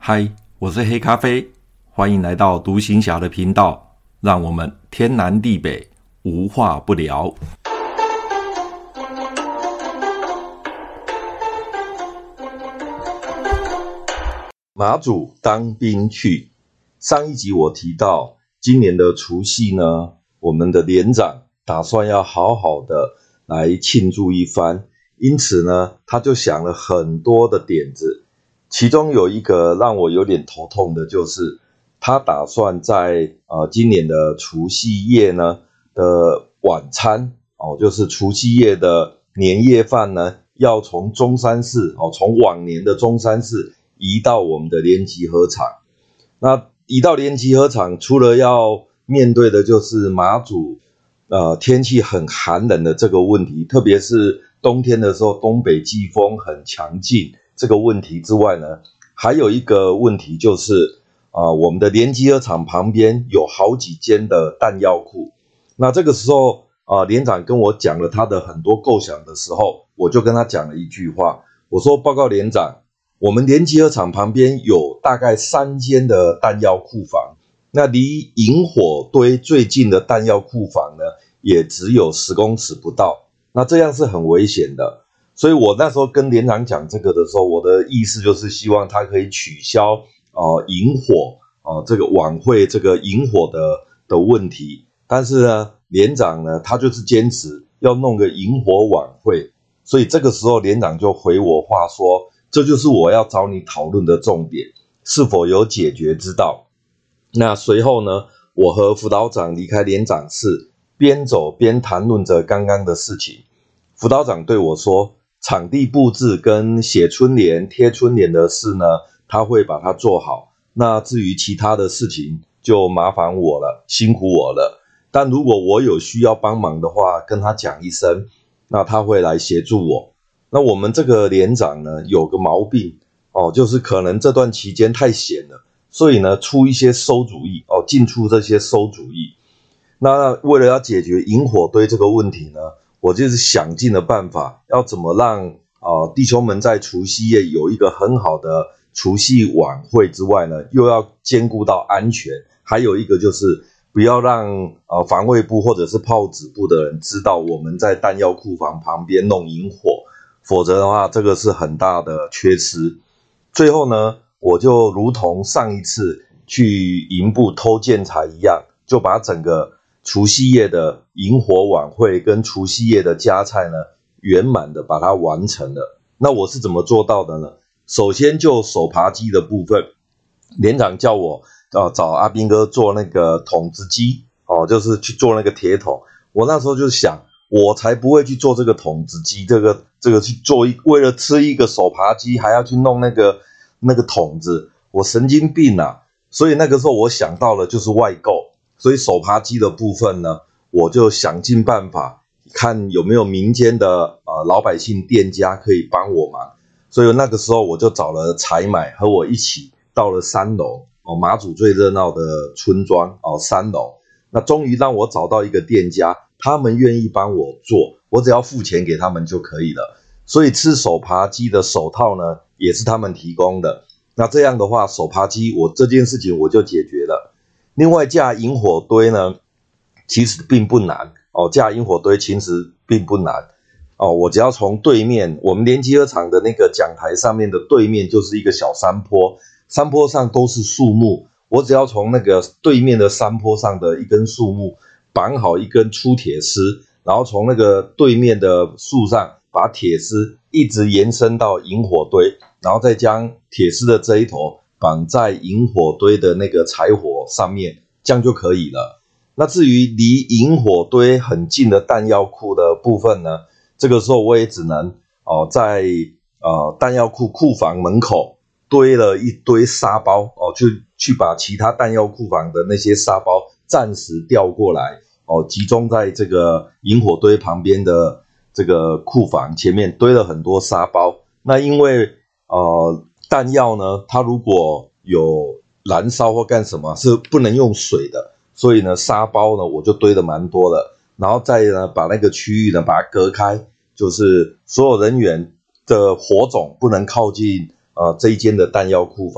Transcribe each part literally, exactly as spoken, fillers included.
嗨，我是黑咖啡，欢迎来到独行侠的频道，让我们天南地北无话不聊。马祖当兵去，上一集我提到，今年的除夕呢，我们的连长打算要好好的来庆祝一番，因此呢，他就想了很多的点子。其中有一个让我有点头痛的，就是他打算在呃今年的除夕夜呢的晚餐哦，就是除夕夜的年夜饭呢，要从中山市哦，从往年的中山市移到我们的联集合场。那移到联集合场，除了要面对的就是马祖呃天气很寒冷的这个问题，特别是冬天的时候，东北季风很强劲。这个问题之外呢，还有一个问题就是啊、呃，我们的联集合场旁边有好几间的弹药库。那这个时候啊、呃，连长跟我讲了他的很多构想的时候，我就跟他讲了一句话，我说：报告连长，我们联集合场旁边有大概三间的弹药库房，那离引火堆最近的弹药库房呢，也只有十公尺不到，那这样是很危险的。所以我那时候跟连长讲这个的时候，我的意思就是希望他可以取消呃引火呃这个晚会这个引火的的问题，但是呢，连长呢他就是坚持要弄个引火晚会，所以这个时候连长就回我话说，这就是我要找你讨论的重点，是否有解决之道。那随后呢，我和辅导长离开连长室，边走边谈论着刚刚的事情。辅导长对我说，场地布置跟写春联贴春联的事呢，他会把它做好，那至于其他的事情就麻烦我了，辛苦我了。但如果我有需要帮忙的话，跟他讲一声，那他会来协助我。那我们这个连长呢，有个毛病哦，就是可能这段期间太闲了，所以呢出一些馊主意哦，进出这些馊主意。那为了要解决引火堆这个问题呢，我就是想尽了办法，要怎么让呃弟兄们在除夕夜有一个很好的除夕晚会之外呢，又要兼顾到安全，还有一个就是不要让呃防卫部或者是炮指部的人知道我们在弹药库房旁边弄引火，否则的话这个是很大的缺失。最后呢，我就如同上一次去营部偷建材一样，就把整个除夕夜的引火晚会跟除夕夜的加菜呢，圆满的把它完成了。那我是怎么做到的呢？首先就手扒鸡的部分，连长叫我、呃、找阿兵哥做那个筒子鸡哦，就是去做那个铁桶。我那时候就想，我才不会去做这个筒子鸡，这个这个去做一为了吃一个手扒鸡还要去弄那个那个筒子，我神经病啊！所以那个时候我想到了就是外购。所以手扒鸡的部分呢，我就想尽办法看有没有民间的呃老百姓店家可以帮我忙。所以那个时候我就找了采买和我一起到了三楼哦，马祖最热闹的村庄哦，三楼。那终于让我找到一个店家，他们愿意帮我做，我只要付钱给他们就可以了。所以吃手扒鸡的手套呢，也是他们提供的。那这样的话，手扒鸡我这件事情我就解决了。另外架引火堆呢，其实并不难哦，架引火堆其实并不难哦，我只要从对面，我们联集合场的那个讲台上面的对面就是一个小山坡，山坡上都是树木，我只要从那个对面的山坡上的一根树木绑好一根粗铁丝，然后从那个对面的树上把铁丝一直延伸到引火堆，然后再将铁丝的这一头绑在引火堆的那个柴火上面，这样就可以了。那至于离引火堆很近的弹药库的部分呢，这个时候我也只能哦，在呃弹药库库房门口堆了一堆沙包哦，去去把其他弹药库房的那些沙包暂时调过来哦，集中在这个引火堆旁边的这个库房前面堆了很多沙包。那因为呃弹药呢，它如果有燃烧或干什么是不能用水的，所以呢沙包呢我就堆的蛮多的，然后再呢把那个区域呢把它隔开，就是所有人员的火种不能靠近呃这一间的弹药库房，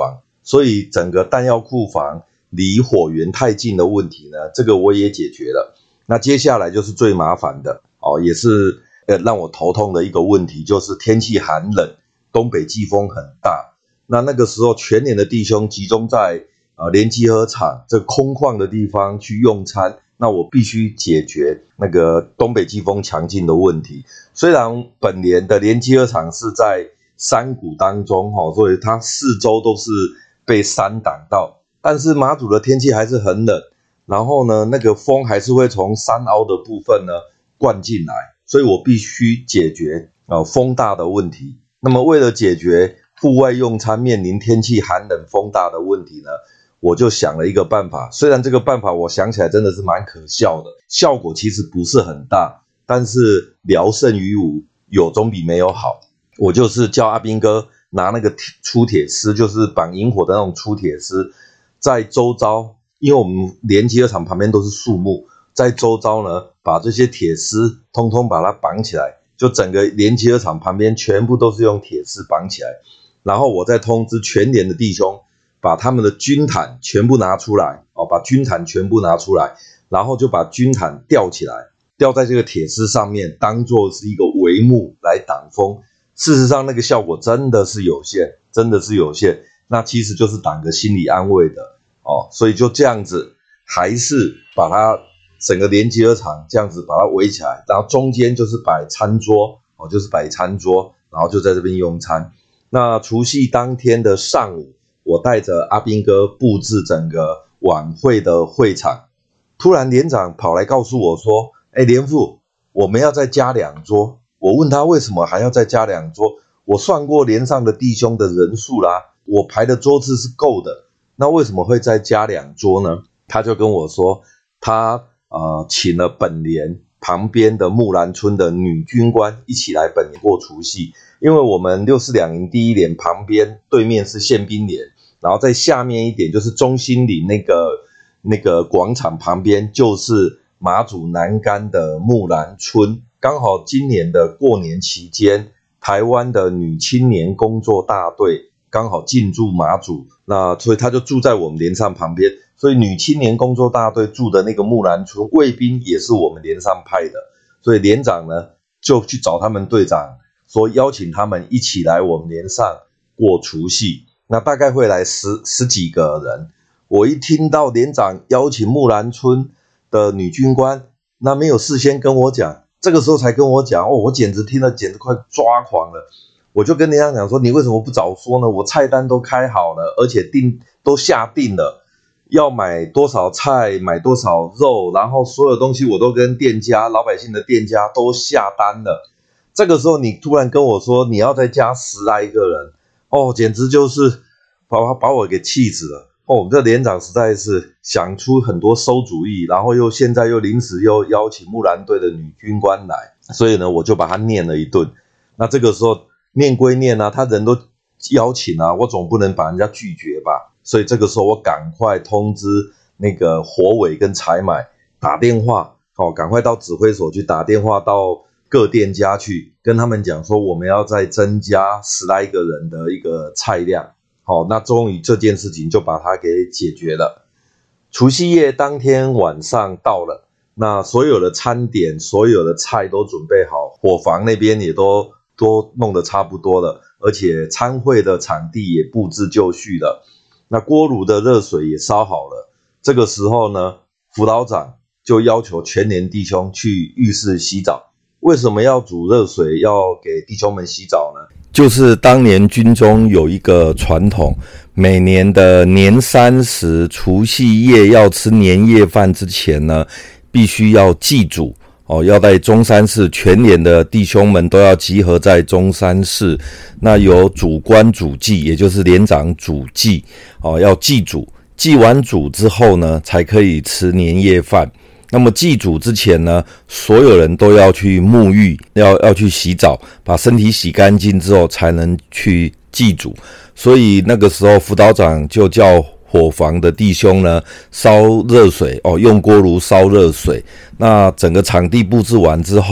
所以整个弹药库房离火源太近的问题呢，这个我也解决了。那接下来就是最麻烦的哦，也是呃让我头痛的一个问题，就是天气寒冷，东北季风很大。那那个时候全连的弟兄集中在呃连集合场这个空旷的地方去用餐，那我必须解决那个东北季风强劲的问题。虽然本连的连集合场是在山谷当中齁，所以它四周都是被山挡到，但是马祖的天气还是很冷，然后呢那个风还是会从山凹的部分呢灌进来，所以我必须解决呃风大的问题。那么为了解决户外用餐面临天气寒冷风大的问题呢，我就想了一个办法。虽然这个办法我想起来真的是蛮可笑的，效果其实不是很大，但是聊胜于无，有总比没有好。我就是叫阿兵哥拿那个粗铁丝，就是绑引火的那种粗铁丝，在周遭，因为我们连集合场旁边都是树木，在周遭呢把这些铁丝通通把它绑起来，就整个连集合场旁边全部都是用铁丝绑起来。然后我再通知全连的弟兄把他们的军毯全部拿出来哦，把军毯全部拿出来，然后就把军毯吊起来，吊在这个铁丝上面，当作是一个帷幕来挡风。事实上那个效果真的是有限，真的是有限，那其实就是挡个心理安慰的哦，所以就这样子，还是把它整个连集合场这样子把它围起来，然后中间就是摆餐桌哦，就是摆餐桌，然后就在这边用餐。那除夕当天的上午，我带着阿兵哥布置整个晚会的会场，突然连长跑来告诉我说，诶连副，我们要再加两桌。我问他为什么还要再加两桌，我算过连上的弟兄的人数啦，我排的桌子是够的，那为什么会再加两桌呢？他就跟我说，他呃请了本连旁边的木兰村的女军官一起来本连过除夕，因为我们六四两营第一连旁边对面是宪兵连，然后在下面一点就是中心里那个那个广场旁边就是马祖南竿的木兰村。刚好今年的过年期间，台湾的女青年工作大队刚好进驻马祖，那所以他就住在我们连上旁边，所以女青年工作大队住的那个木兰村卫兵也是我们连上派的，所以连长呢就去找他们队长说邀请他们一起来我们连上过除夕，那大概会来十十几个人。我一听到连长邀请木兰村的女军官，那没有事先跟我讲，这个时候才跟我讲，哦，我简直听了简直快抓狂了。我就跟连长讲说，你为什么不早说呢？我菜单都开好了，而且定都下定了，要买多少菜，买多少肉，然后所有东西我都跟店家老百姓的店家都下单了。这个时候你突然跟我说你要再加十来个人，哦，简直就是把把我给气死了。哦，我们这连长实在是想出很多馊主意，然后又现在又临时又邀请木兰队的女军官来，所以呢我就把他念了一顿。那这个时候念归念啊，他人都邀请啊，我总不能把人家拒绝吧，所以这个时候我赶快通知那个火委跟采买打电话，哦，赶快到指挥所去打电话到各店家去跟他们讲说我们要再增加十来个人的一个菜量。好，那终于这件事情就把它给解决了。除夕夜当天晚上到了，那所有的餐点所有的菜都准备好，伙房那边也都都弄得差不多了，而且餐会的场地也布置就绪了，那锅炉的热水也烧好了。这个时候呢，辅导长就要求全连弟兄去浴室洗澡。为什么要煮热水要给弟兄们洗澡呢？就是当年军中有一个传统，每年的年三十除夕夜要吃年夜饭之前呢，必须要祭祖哦，要在中山市全连的弟兄们都要集合在中山市，那由主官主祭，也就是连长主祭哦，要祭祖，祭完祖之后呢，才可以吃年夜饭。那么祭祖之前呢，所有人都要去沐浴，要要去洗澡，把身体洗干净之后才能去祭祖。所以那个时候辅导长就叫伙房的弟兄呢烧热水哦，用锅炉烧热水。那整个场地布置完之后，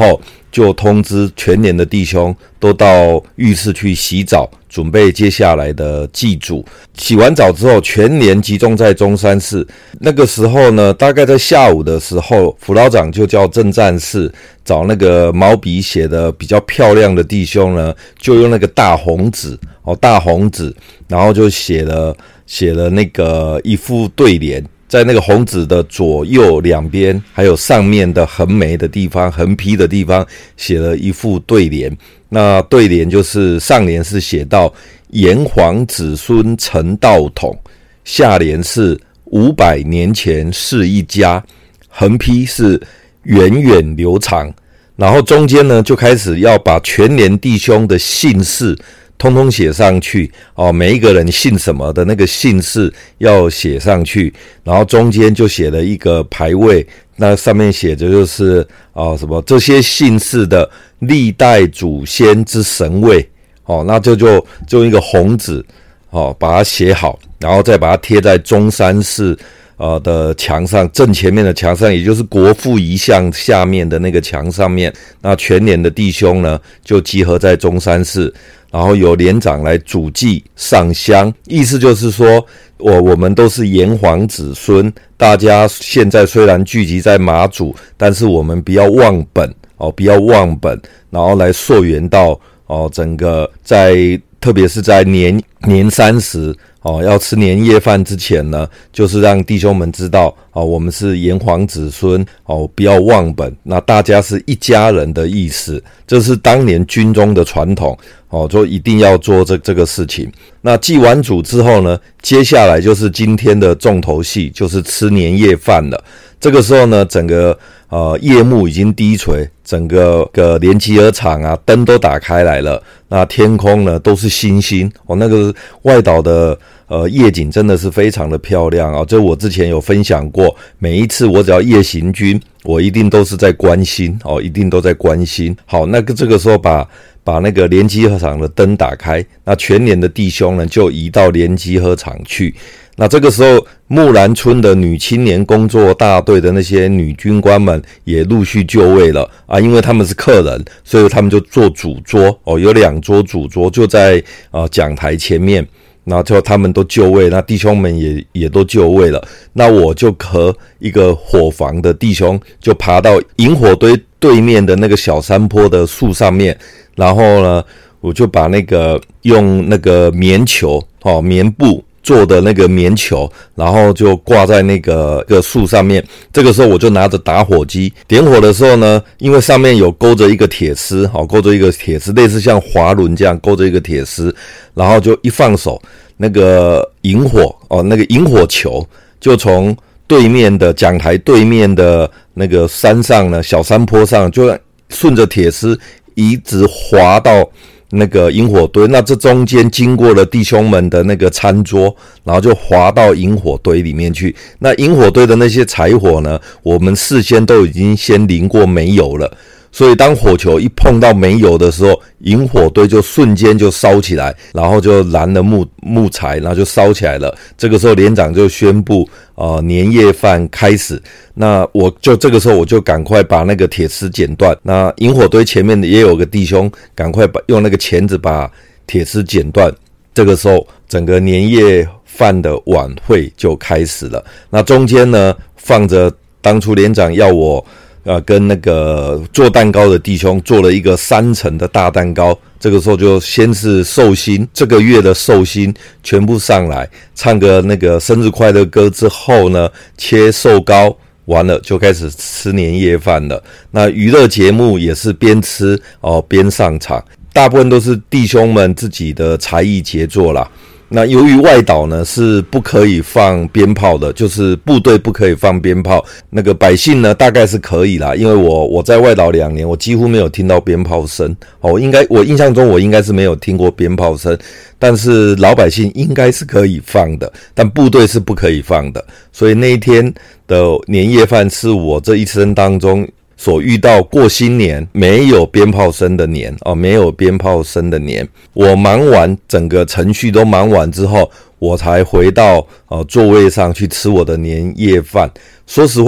就通知全连的弟兄都到浴室去洗澡，准备接下来的祭祖。洗完澡之后，全连集中在中山市。那个时候呢，大概在下午的时候，辅导长就叫正战士找那个毛笔写的比较漂亮的弟兄呢，就用那个大红纸哦，大红纸，然后就写了写了那个一副对联。在那个红纸的左右两边，还有上面的横眉的地方、横批的地方，写了一副对联。那对联就是上联是写到炎黄子孙成道统，下联是五百年前是一家，横批是源远流长。然后中间呢，就开始要把全连弟兄的姓氏通通写上去哦，每一个人姓什么的那个姓氏要写上去，然后中间就写了一个牌位，那上面写着就是哦什么这些姓氏的历代祖先之神位哦，那就就就用一个红纸哦把它写好，然后再把它贴在中山市呃的墙上，正前面的墙上，也就是国父遗像下面的那个墙上面。那全连的弟兄呢，就集合在中山市，然后由连长来主祭上香，意思就是说，我我们都是炎黄子孙，大家现在虽然聚集在马祖，但是我们不要忘本哦，不要忘本，然后来溯源到哦整个在特别是在年年三十。哦，要吃年夜饭之前呢，就是让弟兄们知道，哦，我们是炎黄子孙，哦，不要忘本，那大家是一家人的意思，这是当年军中的传统，哦，就一定要做这这个事情。那祭完祖之后呢，接下来就是今天的重头戏，就是吃年夜饭了。这个时候呢，整个呃夜幕已经低垂，整个个连集合场啊灯都打开来了，那天空呢都是星星哦，那个外岛的呃夜景真的是非常的漂亮啊！这我之前有分享过，每一次我只要夜行军，我一定都是在观星哦，一定都在观星。好，那个这个时候把把那个连集合场的灯打开，那全连的弟兄呢就移到连集合场去。那这个时候，木兰村的女青年工作大队的那些女军官们也陆续就位了啊，因为他们是客人，所以他们就坐主桌哦，有两桌主桌就在呃讲台前面，然后就他们都就位，那弟兄们也也都就位了。那我就和一个伙房的弟兄就爬到萤火堆对面的那个小山坡的树上面，然后呢，我就把那个用那个棉球哦，棉布做的那个棉球，然后就挂在那个个树上面。这个时候我就拿着打火机点火的时候呢，因为上面有勾着一个铁丝，好，勾着一个铁丝，类似像滑轮这样勾着一个铁丝，然后就一放手，那个萤火哦，那个萤火球就从对面的讲台对面的那个山上呢，小山坡上，就顺着铁丝一直滑到那个萤火堆，那这中间经过了弟兄们的那个餐桌，然后就滑到萤火堆里面去。那萤火堆的那些柴火呢，我们事先都已经先淋过煤油了，所以当火球一碰到煤油的时候，萤火堆就瞬间就烧起来，然后就燃了木木材，然后就烧起来了。这个时候连长就宣布呃年夜饭开始。那我就这个时候我就赶快把那个铁丝剪断，那萤火堆前面也有个弟兄赶快把用那个钳子把铁丝剪断。这个时候整个年夜饭的晚会就开始了。那中间呢放着当初连长要我呃，跟那个做蛋糕的弟兄做了一个三层的大蛋糕。这个时候就先是寿星，这个月的寿星全部上来唱个那个生日快乐歌之后呢，切寿糕，完了就开始吃年夜饭了。那娱乐节目也是边吃哦边上场，大部分都是弟兄们自己的才艺杰作啦。那由于外岛呢是不可以放鞭炮的，就是部队不可以放鞭炮，那个百姓呢大概是可以啦，因为我我在外岛两年，我几乎没有听到鞭炮声哦，应该我印象中我应该是没有听过鞭炮声，但是老百姓应该是可以放的，但部队是不可以放的，所以那一天的年夜饭是我这一生当中所遇到过新年没有鞭炮声的年哦，没有鞭炮声的年。我忙完整个程序都忙完之后，我才回到呃座位上去吃我的年夜饭。说实话，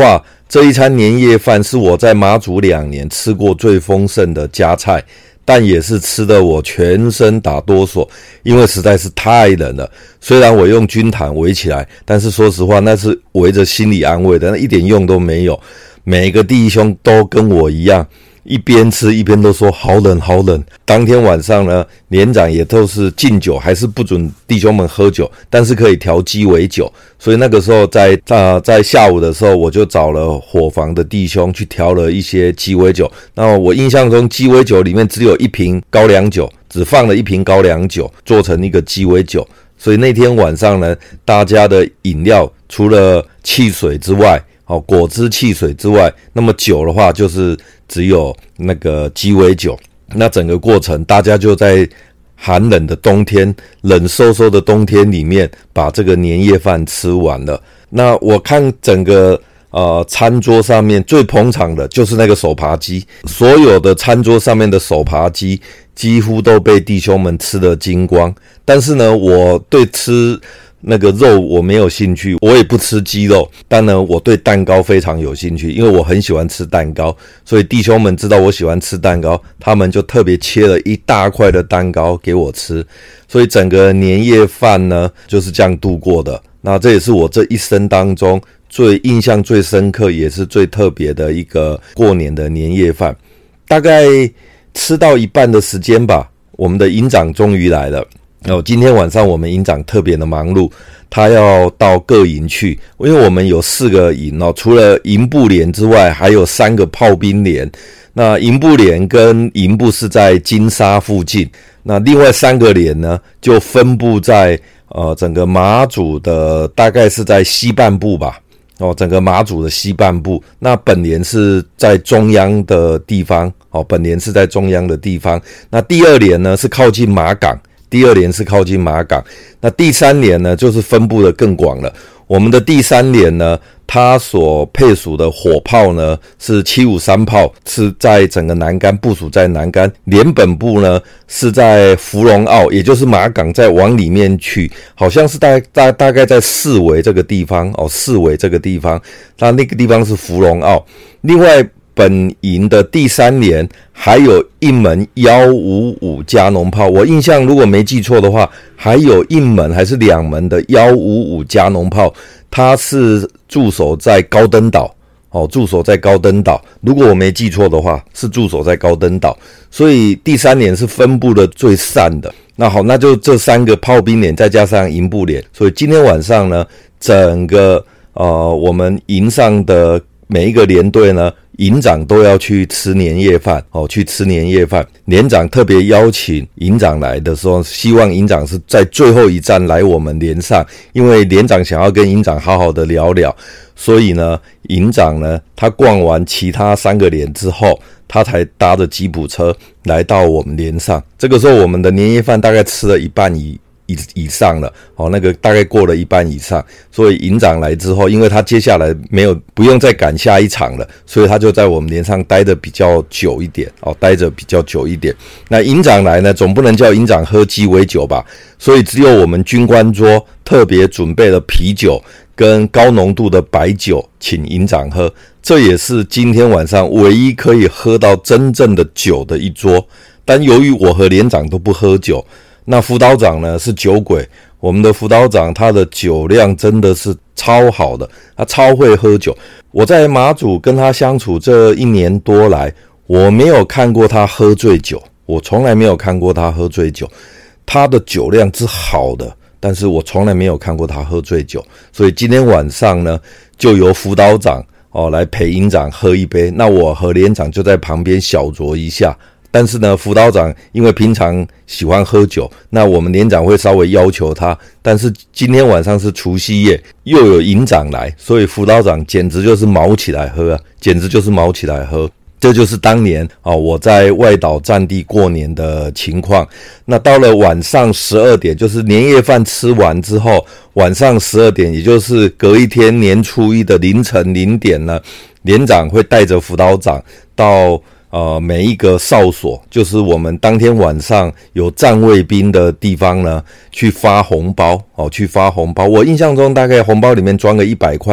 这一餐年夜饭是我在马祖两年吃过最丰盛的家菜，但也是吃得我全身打哆嗦，因为实在是太冷了。虽然我用军毯围起来，但是说实话，那是围着心理安慰的，那一点用都没有。每个弟兄都跟我一样，一边吃一边都说好冷好冷。当天晚上呢，连长也都是禁酒，还是不准弟兄们喝酒，但是可以调鸡尾酒。所以那个时候在呃在下午的时候，我就找了伙房的弟兄去调了一些鸡尾酒。那我印象中鸡尾酒里面只有一瓶高粱酒，只放了一瓶高粱酒做成一个鸡尾酒。所以那天晚上呢，大家的饮料除了汽水之外，哦，果汁、汽水之外，那么酒的话就是只有那个鸡尾酒。那整个过程，大家就在寒冷的冬天、冷飕飕的冬天里面，把这个年夜饭吃完了。那我看整个呃餐桌上面最捧场的就是那个手扒鸡，所有的餐桌上面的手扒鸡几乎都被弟兄们吃得精光。但是呢，我对吃那个肉我没有兴趣，我也不吃鸡肉，但呢我对蛋糕非常有兴趣，因为我很喜欢吃蛋糕，所以弟兄们知道我喜欢吃蛋糕，他们就特别切了一大块的蛋糕给我吃。所以整个年夜饭呢就是这样度过的。那这也是我这一生当中最印象最深刻也是最特别的一个过年的年夜饭。大概吃到一半的时间吧，我们的营长终于来了。哦，今天晚上我们营长特别的忙碌，他要到各营去，因为我们有四个营哦，除了营部连之外，还有三个炮兵连。那营部连跟营部是在金沙附近，那另外三个连呢，就分布在呃整个马祖的大概是在西半部吧。哦，整个马祖的西半部，那本连是在中央的地方，哦，本连是在中央的地方。那第二连呢是靠近马港。第二连是靠近马港，那第三连呢就是分布的更广了。我们的第三连呢，它所配属的火炮呢是七五三炮，是在整个南竿部署在南竿。连本部呢是在福隆澳，也就是马港再往里面去，好像是大大大概在四围这个地方哦，四围这个地方，那那个地方是福隆澳。另外本营的第三连还有一门一五五加农炮，我印象如果没记错的话，还有一门还是两门的一五五加农炮，它是驻守在高登岛，哦，驻守在高登岛，如果我没记错的话，是驻守在高登岛，所以第三连是分布的最散的。那好，那就这三个炮兵连再加上营部连，所以今天晚上呢，整个呃我们营上的每一个连队呢，营长都要去吃年夜饭哦，去吃年夜饭。连长特别邀请营长来的时候，希望营长是在最后一站来我们连上，因为连长想要跟营长好好的聊聊。所以呢，营长呢，他逛完其他三个连之后，他才搭着吉普车来到我们连上。这个时候，我们的年夜饭大概吃了一半以以以上了，哦，那个大概过了一半以上，所以营长来之后，因为他接下来没有不用再赶下一场了，所以他就在我们连上待得比较久一点，哦，待着比较久一点。那营长来呢，总不能叫营长喝鸡尾酒吧，所以只有我们军官桌特别准备了啤酒跟高浓度的白酒，请营长喝。这也是今天晚上唯一可以喝到真正的酒的一桌。但由于我和连长都不喝酒，那辅导长呢是酒鬼，我们的辅导长他的酒量真的是超好的，他超会喝酒。我在马祖跟他相处这一年多来，我没有看过他喝醉酒，我从来没有看过他喝醉酒。他的酒量是好的，但是我从来没有看过他喝醉酒。所以今天晚上呢，就由辅导长哦来陪营长喝一杯，那我和连长就在旁边小酌一下。但是呢，辅导长因为平常喜欢喝酒，那我们连长会稍微要求他。但是今天晚上是除夕夜，又有营长来，所以辅导长简直就是毛起来喝啊，简直就是毛起来喝。这就是当年啊、哦、我在外岛战地过年的情况。那到了晚上十二点，就是年夜饭吃完之后，晚上十二点，也就是隔一天年初一的凌晨零点呢，连长会带着辅导长到呃，每一个哨所，就是我们当天晚上有站卫兵的地方呢，去发红包哦，去发红包。我印象中大概红包里面装个一百块，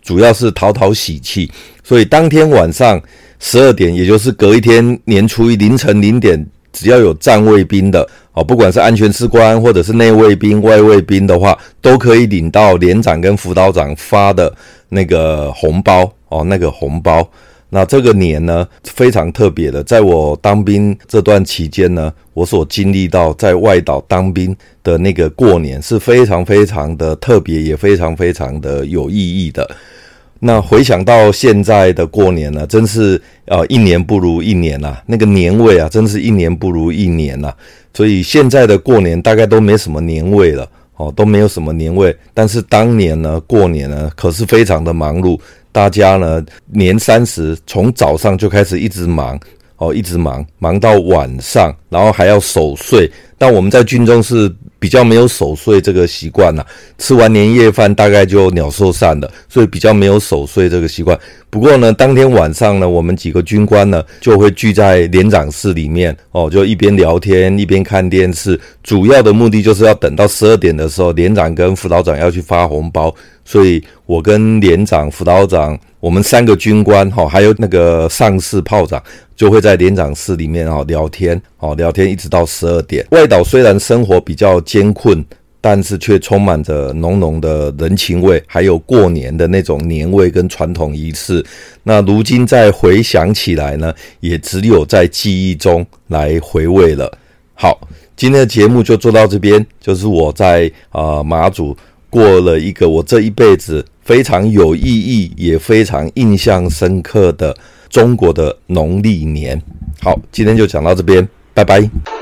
主要是讨讨喜气，所以当天晚上十二点，也就是隔一天年初一凌晨零点，只要有站卫兵的，哦，不管是安全士官或者是内卫兵、外卫兵的话，都可以领到连长跟辅导长发的那个红包哦，那个红包。那这个年呢，非常特别的，在我当兵这段期间呢，我所经历到在外岛当兵的那个过年是非常非常的特别，也非常非常的有意义的。那回想到现在的过年呢，真是呃一年不如一年啊，那个年味啊，真是一年不如一年啊。所以现在的过年大概都没什么年味了，哦，都没有什么年味。但是当年呢，过年呢，可是非常的忙碌。大家呢，年三十从早上就开始一直忙，哦，一直忙，忙到晚上，然后还要守岁。但我们在军中是比较没有守岁这个习惯啦，吃完年夜饭大概就鸟兽散了，所以比较没有守岁这个习惯。不过呢，当天晚上呢，我们几个军官呢就会聚在连长室里面，哦，就一边聊天一边看电视。主要的目的就是要等到十二点的时候，连长跟辅导长要去发红包，所以我跟连长、辅导长，我们三个军官，哦，还有那个上士炮长，就会在连长室里面哦聊天，哦聊天一直到十二点。外岛虽然生活比较艰困，但是却充满着浓浓的人情味，还有过年的那种年味跟传统仪式。那如今再回想起来呢，也只有在记忆中来回味了。好，今天的节目就做到这边，就是我在呃马祖过了一个我这一辈子非常有意义也非常印象深刻的中国的农历年。好，今天就讲到这边，拜拜。